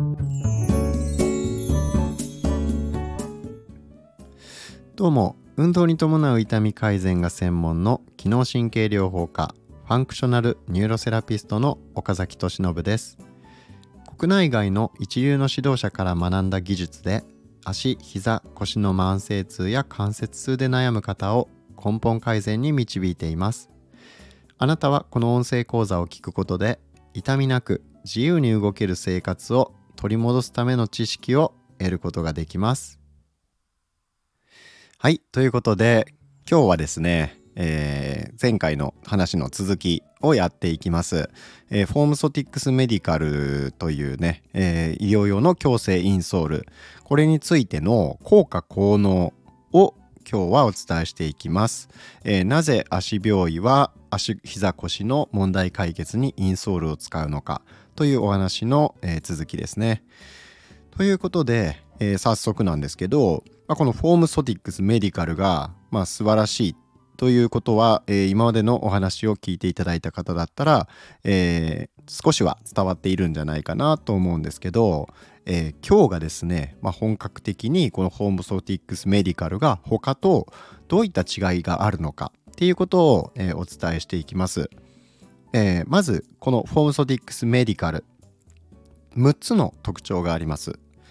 どうも、運動に伴う痛み改善が専門の機能神経療法科ファンクショナルニューロセラピストの岡崎俊信です。国内外の一流の指導者から学んだ技術で足、膝、腰の慢性痛や関節痛で悩む方を根本改善に導いています。あなたはこの音声講座を聞くことで痛みなく自由に動ける生活を取り戻すための知識を得ることができます。はい、ということで今日はですね、前回の話の続きをやっていきます。フォームソティックスメディカルというね、医療用の矯正インソール、これについての効果効能を今日はお伝えしていきます。なぜ足病医は足、膝、腰の問題解決にインソールを使うのかというお話の、続きですね。ということで、早速なんですけど、このフォームソティックスメディカルが、素晴らしいということは、今までのお話を聞いていただいた方だったら、少しは伝わっているんじゃないかなと思うんですけど、今日がですね、本格的にこのフォームソティックスメディカルが他とどういった違いがあるのかっていうことを、お伝えしていきます。まずこのフォームソティックスメディカル、6つの特徴があります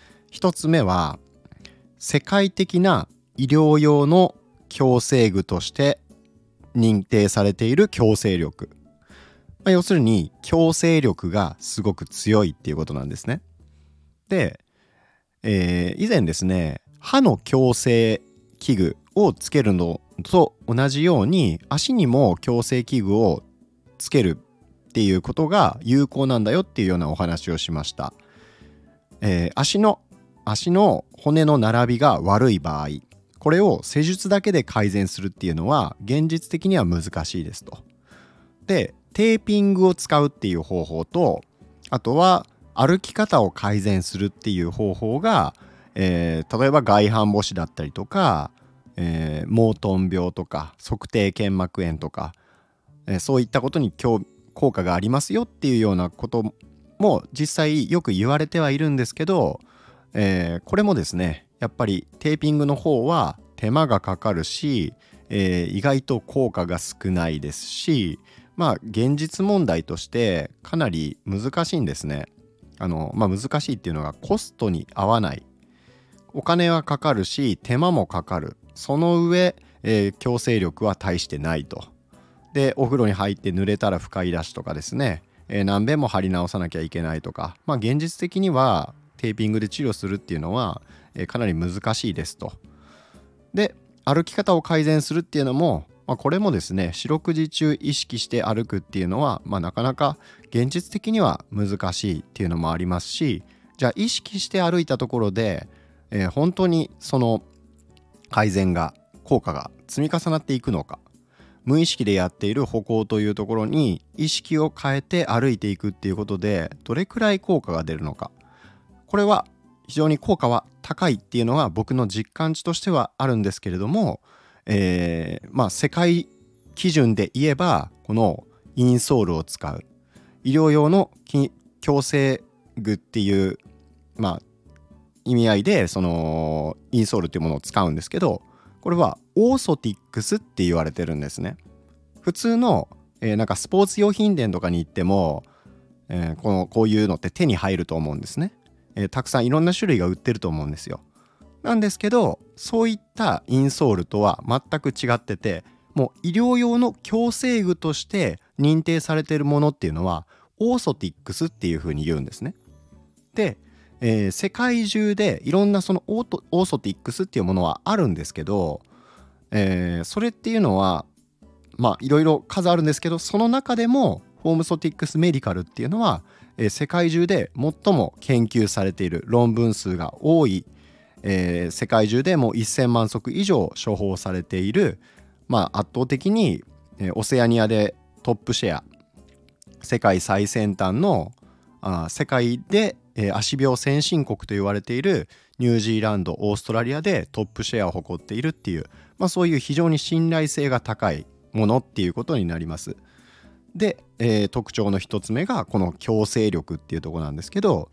。1つ目は世界的な医療用の矯正具として認定されている矯正力、要するに矯正力がすごく強いっていうことなんですね。で、以前ですね、歯の矯正器具をつけるのと同じように足にも矯正器具をつけるっていうことが有効なんだよっていうようなお話をしました。足の骨の並びが悪い場合、これを施術だけで改善するっていうのは現実的には難しいですと。で、テーピングを使うっていう方法と、あとは歩き方を改善するっていう方法が、例えば外反母趾だったりとか、モートン病とか足底腱膜炎とか、そういったことに効果がありますよっていうようなことも実際よく言われてはいるんですけど、これもですね、やっぱりテーピングの方は手間がかかるし、意外と効果が少ないですし、現実問題としてかなり難しいんですね。難しいっていうのがコストに合わない、お金はかかるし手間もかかる、その上、矯正力は大してないと。で、お風呂に入って濡れたら不快だしとかですね、何遍も貼り直さなきゃいけないとか、現実的にはテーピングで治療するっていうのは、かなり難しいですと。で、歩き方を改善するっていうのも、これもですね、四六時中意識して歩くっていうのは、なかなか現実的には難しいっていうのもありますし、じゃあ意識して歩いたところで、本当にその改善が、効果が積み重なっていくのか、無意識でやっている歩行というところに意識を変えて歩いていくっていうことでどれくらい効果が出るのか、これは非常に効果は高いっていうのは僕の実感値としてはあるんですけれども、世界基準で言えばこのインソールを使う医療用の矯正具っていう、意味合いでそのインソールっていうものを使うんですけど、これはオーソティックスって言われてるんですね。普通の、なんかスポーツ用品店とかに行っても、こういうのって手に入ると思うんですね。たくさんいろんな種類が売ってると思うんですよ。なんですけど、そういったインソールとは全く違ってて、もう医療用の矯正具として認定されているものっていうのはオーソティックスっていうふうに言うんですね。で、世界中でいろんなそのオーソティックスっていうものはあるんですけど、それっていうのはいろいろ数あるんですけど、その中でもフォームソティックスメディカルっていうのは、世界中で最も研究されている、論文数が多い、世界中でもう1000万足以上処方されている、圧倒的に、オセアニアでトップシェア、世界最先端の世界で、足病先進国と言われているニュージーランド、オーストラリアでトップシェアを誇っているっていう、そういう非常に信頼性が高いものっていうことになります。で、特徴の一つ目がこの矯正力っていうところなんですけど、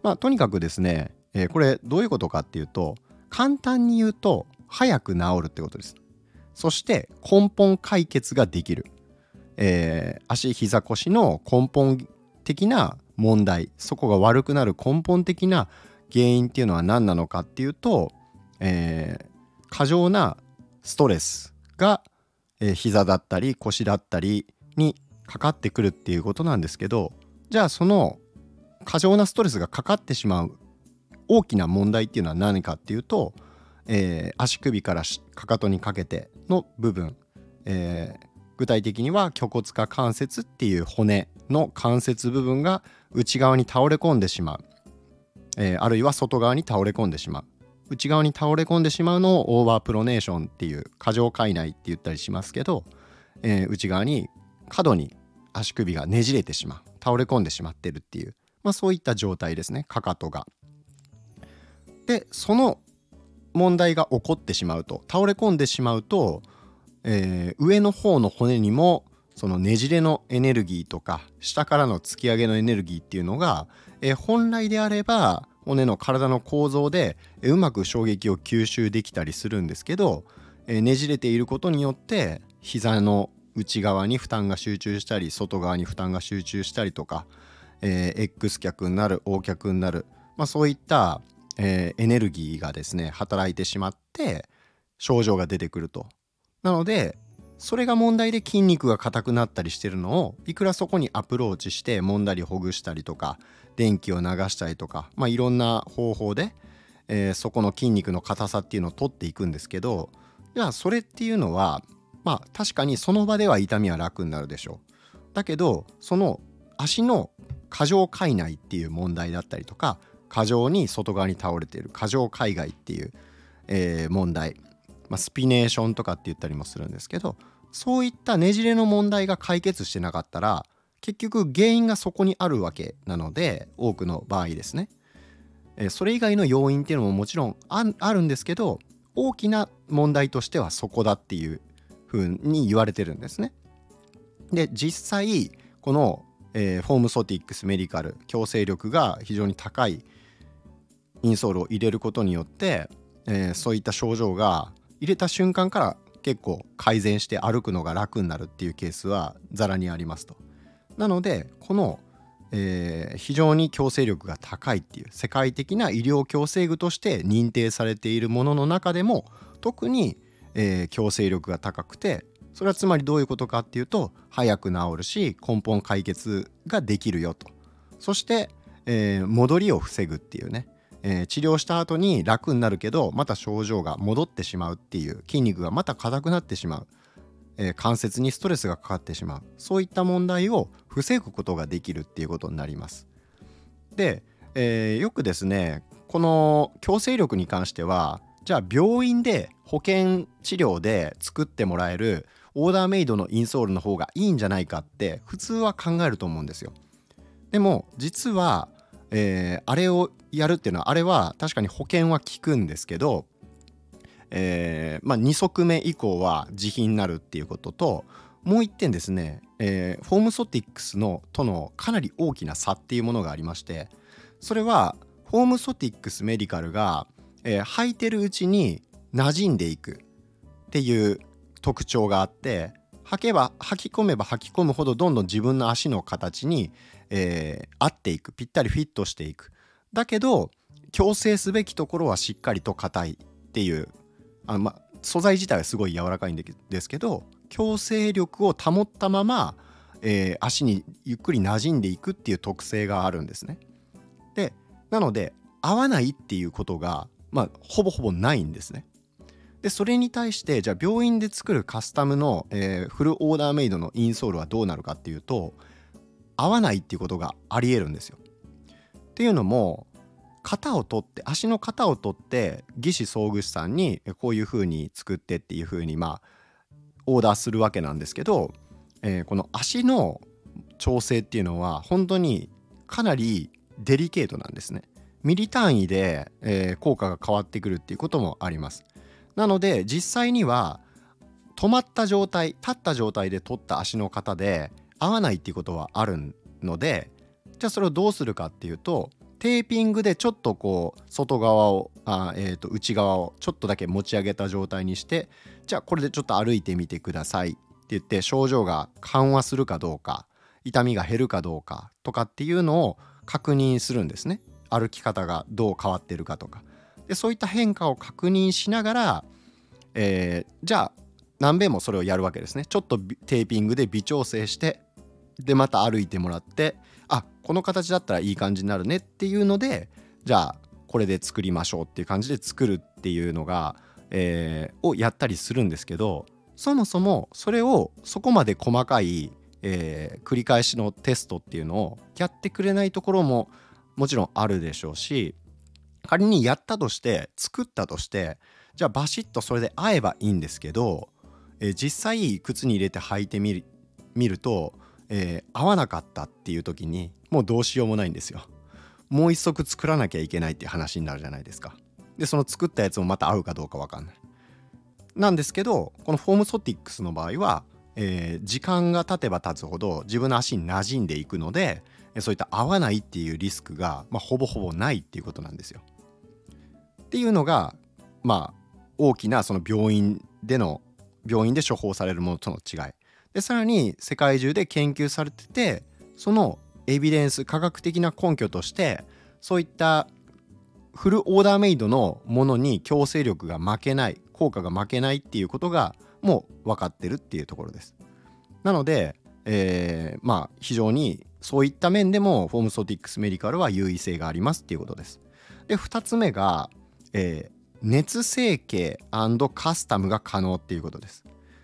とにかくですね、これどういうことかっていうと、簡単に言うと早く治るってことです。そして根本解決ができる、足膝腰の根本的な問題、そこが悪くなる根本的な原因っていうのは何なのかっていうと、過剰なストレスが、膝だったり腰だったりにかかってくるっていうことなんですけど、じゃあその過剰なストレスがかかってしまう大きな問題っていうのは何かっていうと、足首からかかとにかけての部分、具体的には虚骨下関節っていう骨の関節部分が内側に倒れ込んでしまう、あるいは外側に倒れ込んでしまう。内側に倒れ込んでしまうのをオーバープロネーションっていう過剰開内って言ったりしますけど、内側に過度に足首がねじれてしまう、倒れ込んでしまってるっていう、そういった状態ですね、かかとが。でその問題が起こってしまうと、倒れ込んでしまうと、上の方の骨にもそのねじれのエネルギーとか下からの突き上げのエネルギーっていうのが、本来であれば骨の体の構造でうまく衝撃を吸収できたりするんですけど、ねじれていることによって膝の内側に負担が集中したり外側に負担が集中したりとか、X 脚になる O 脚になる、そういったエネルギーがですね働いてしまって症状が出てくると。なのでそれが問題で筋肉が硬くなったりしてるのを、いくらそこにアプローチして揉んだりほぐしたりとか電気を流したりとか、いろんな方法で、そこの筋肉の硬さっていうのを取っていくんですけど、じゃあそれっていうのは確かにその場では痛みは楽になるでしょう。だけどその足の過剰開内っていう問題だったりとか、過剰に外側に倒れている過剰開外っていう、問題、スピネーションとかって言ったりもするんですけど、そういったねじれの問題が解決してなかったら結局原因がそこにあるわけなので、多くの場合ですね、それ以外の要因っていうのももちろんあるんですけど、大きな問題としてはそこだっていう風に言われてるんですね。で実際この、フォームソティックスメディカル矯正力が非常に高いインソールを入れることによって、そういった症状が入れた瞬間から結構改善して歩くのが楽になるっていうケースはざらにありますと。なのでこの、非常に矯正力が高いっていう世界的な医療矯正具として認定されているものの中でも特に、矯正力が高くて、それはつまりどういうことかっていうと、早く治るし根本解決ができるよと。そして、戻りを防ぐっていうね、治療した後に楽になるけどまた症状が戻ってしまうっていう、筋肉がまた硬くなってしまう、関節にストレスがかかってしまう、そういった問題を防ぐことができるっていうことになります。で、よくですねこの矯正力に関しては、じゃあ病院で保険治療で作ってもらえるオーダーメイドのインソールの方がいいんじゃないかって普通は考えると思うんですよ。でも実は、あれをやるっていうのは、あれは確かに保険は効くんですけど、2足目以降は自費になるっていうことと、もう一点ですね、フォームソティックスとのかなり大きな差っていうものがありまして、それはフォームソティックスメディカルが、履いてるうちに馴染んでいくっていう特徴があって、履き込めば履き込むほどどんどん自分の足の形に、合っていく、ぴったりフィットしていく。だけど矯正すべきところはしっかりと硬いっていう、素材自体はすごい柔らかいんですけど、矯正力を保ったまま、足にゆっくり馴染んでいくっていう特性があるんですね。でなので合わないっていうことが、ほぼほぼないんですね。でそれに対してじゃあ病院で作るカスタムの、フルオーダーメイドのインソールはどうなるかっていうと、合わないっていうことがありえるんですよ。っていうのも、足の型を取って義肢装具士さんにこういう風に作ってっていう風にオーダーするわけなんですけど、この足の調整っていうのは本当にかなりデリケートなんですね。ミリ単位で、効果が変わってくるっていうこともあります。なので実際には止まった状態、立った状態で取った足の型で合わないっていうことはあるので、じゃあそれをどうするかっていうと、 テーピングでちょっとこう外側を内側をちょっとだけ持ち上げた状態にして、じゃあこれでちょっと歩いてみてくださいって言って症状が緩和するかどうか、痛みが減るかどうかとかっていうのを確認するんですね。歩き方がどう変わってるかとかで、そういった変化を確認しながら、じゃあ何遍もそれをやるわけですね。ちょっとテーピングで微調整して、でまた歩いてもらって、あ、この形だったらいい感じになるねっていうので、じゃあこれで作りましょうっていう感じで作るっていうのが、をやったりするんですけど、そもそもそれをそこまで細かい、繰り返しのテストっていうのをやってくれないところももちろんあるでしょうし、仮にやったとして作ったとして、じゃあバシッとそれで合えばいいんですけど、実際靴に入れて履いてみると、合わなかったっていう時にもうどうしようもないんですよ。もう一足作らなきゃいけないっていう話になるじゃないですか。でその作ったやつもまた合うかどうか分かんない。なんですけど、このフォームソティックスの場合は、時間が経てば経つほど自分の足に馴染んでいくので、そういった合わないっていうリスクが、ほぼほぼないっていうことなんですよ。っていうのが大きなその病院で処方されるものとの違いで、さらに世界中で研究されてて、そのエビデンス、科学的な根拠としてそういったフルオーダーメイドのものに強制力が負けない、効果が負けないっていうことがもう分かってるっていうところです。なので、非常にそういった面でもフォームソティックスメディカルは優位性がありますっていうことです。で2つ目が、熱成形&カスタムが可能っていうことです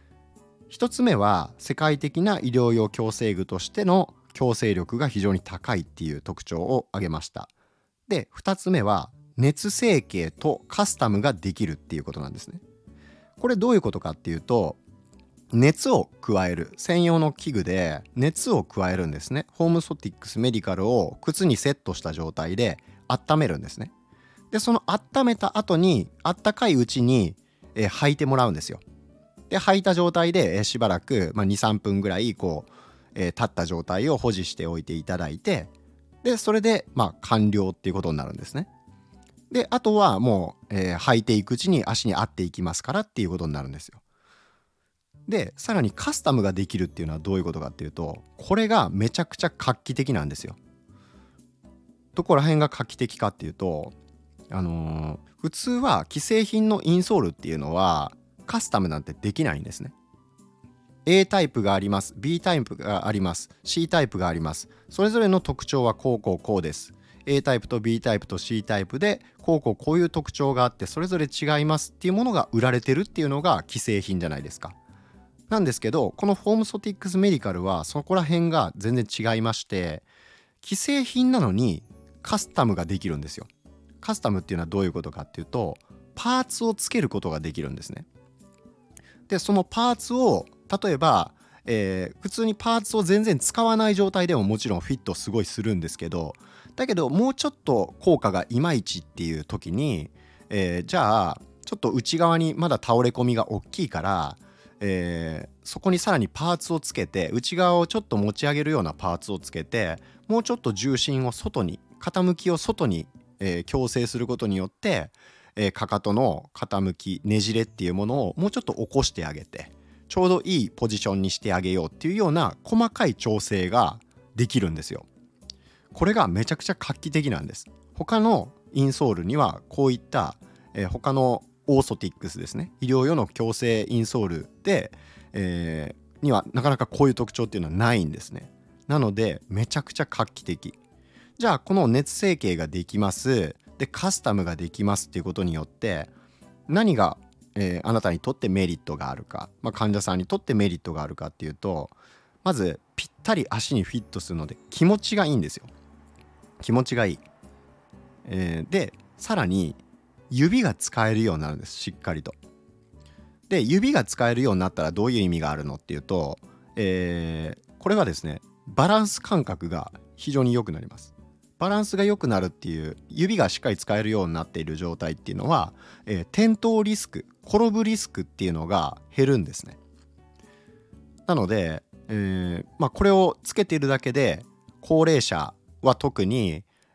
。1つ目は世界的な医療用矯正具としての矯正力が非常に高いっていう特徴を挙げました。で2つ目は熱成形とカスタムができるっていうことなんですね。これどういうことかっていうと、熱を加える専用の器具で熱を加えるんですね。フォームソティックスメディカルを靴にセットした状態で温めるんですね。でその温めた後にあったかいうちに、履いてもらうんですよ。で履いた状態で、しばらく、2、3分ぐらいこう、立った状態を保持しておいていただいて、でそれで完了っていうことになるんですね。であとはもう、履いていくうちに足に合っていきますからっていうことになるんですよ。でさらにカスタムができるっていうのはどういうことかっていうと、これがめちゃくちゃ画期的なんですよ。どこら辺が画期的かっていうと、普通は既製品のインソールっていうのはカスタムなんてできないんですね。A タイプがあります、 B タイプがあります、 C タイプがあります。それぞれの特徴はこうこうこうです。 A タイプと B タイプと C タイプでこういう特徴があってそれぞれ違いますっていうものが売られてるっていうのが既製品じゃないですか。なんですけど、このフォームソティックスメディカルはそこら辺が全然違いまして、既製品なのにカスタムができるんですよ。カスタムっていうのはどういうことかっていうと、パーツをつけることができるんですね。でそのパーツを例えば、普通にパーツを全然使わない状態でももちろんフィットすごいするんですけど、だけどもうちょっと効果がいまいちっていう時に、じゃあちょっと内側にまだ倒れ込みが大きいから、そこにさらにパーツをつけて、内側をちょっと持ち上げるようなパーツをつけて、もうちょっと重心を外に、傾きを外に、矯正することによって、かかとの傾き、ねじれっていうものをもうちょっと起こしてあげて、ちょうどいいポジションにしてあげようっていうような細かい調整ができるんですよ。これがめちゃくちゃ画期的なんです。他のインソールにはこういった、他のオーソティックスですね、医療用の矯正インソールで、にはなかなかこういう特徴っていうのはないんですね。なのでめちゃくちゃ画期的。じゃあこの熱成形ができます、でカスタムができますっていうことによって何が、あなたにとってメリットがあるか、患者さんにとってメリットがあるかっていうと、まずぴったり足にフィットするので気持ちがいいんですよ。気持ちがいい、でさらに指が使えるようになるんです、しっかりと。で指が使えるようになったらどういう意味があるのっていうと、これはですね、バランス感覚が非常に良くなります。バランスが良くなるっていう、指がしっかり使えるようになっている状態っていうのは、転倒リスク、転ぶリスクっていうのが減るんですね。なので、これをつけているだけで高齢者は特に、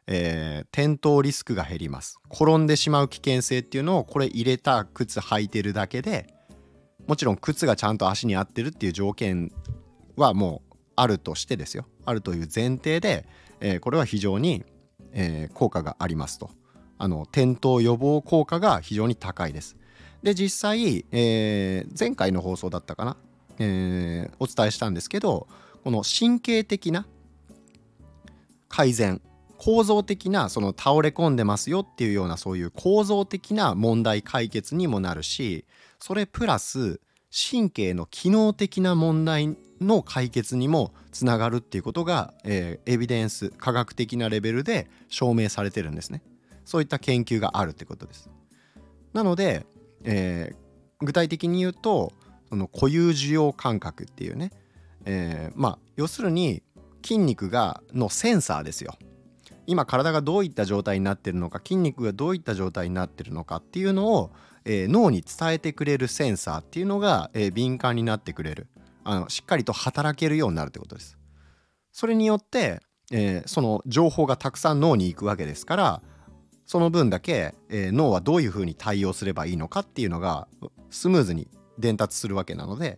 転倒リスクが減ります。転んでしまう危険性っていうのをこれ入れた靴履いてるだけで、もちろん靴がちゃんと足に合ってるっていう条件はもうあるとしてですよ、あるという前提で、これは非常に、効果がありますと。転倒予防効果が非常に高いです。で実際、前回の放送だったかな、お伝えしたんですけど、この神経的な改善、構造的なその倒れ込んでますよっていうような、そういう構造的な問題解決にもなるし、それプラス神経の機能的な問題の解決にもつながるっていうことが、エビデンス、科学的なレベルで証明されてるんですね。そういった研究があるってことです。なので、具体的に言うと、その固有受容感覚っていうね、要するに筋肉のセンサーですよ。今体がどういった状態になってるのか、筋肉がどういった状態になってるのかっていうのを、脳に伝えてくれるセンサーっていうのが、敏感になってくれる、しっかりと働けるようになるってことです。それによって、その情報がたくさん脳に行くわけですから、その分だけ、脳はどういうふうに対応すればいいのかっていうのがスムーズに伝達するわけなので、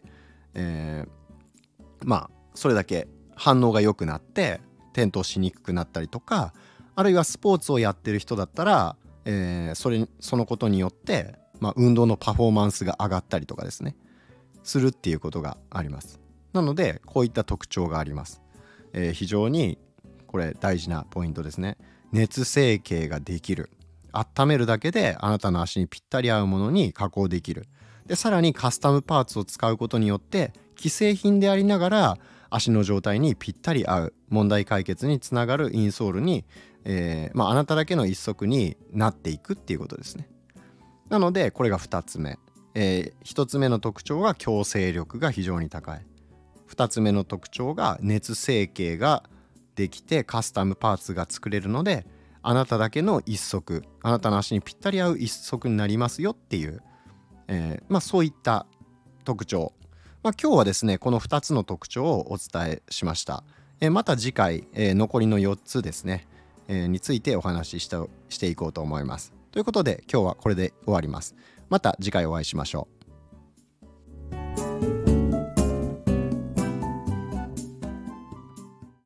それだけ反応が良くなって転倒しにくくなったりとか、あるいはスポーツをやってる人だったら、そのことによって、運動のパフォーマンスが上がったりとかですね、するっていうことがあります。なのでこういった特徴があります。非常にこれ大事なポイントですね。熱成形ができる。温めるだけであなたの足にぴったり合うものに加工できる。でさらにカスタムパーツを使うことによって既製品でありながら足の状態にぴったり合う、問題解決につながるインソールに、あなただけの一足になっていくっていうことですね。なのでこれが2つ目、1つ目の特徴が強制力が非常に高い。2つ目の特徴が熱成形ができてカスタムパーツが作れるので、あなただけの一足、あなたの足にぴったり合う一足になりますよっていう、そういった特徴。今日はですねこの2つの特徴をお伝えしました。また次回、残りの4つですね、についてお話ししていこうと思います。ということで今日はこれで終わります。また次回お会いしましょう。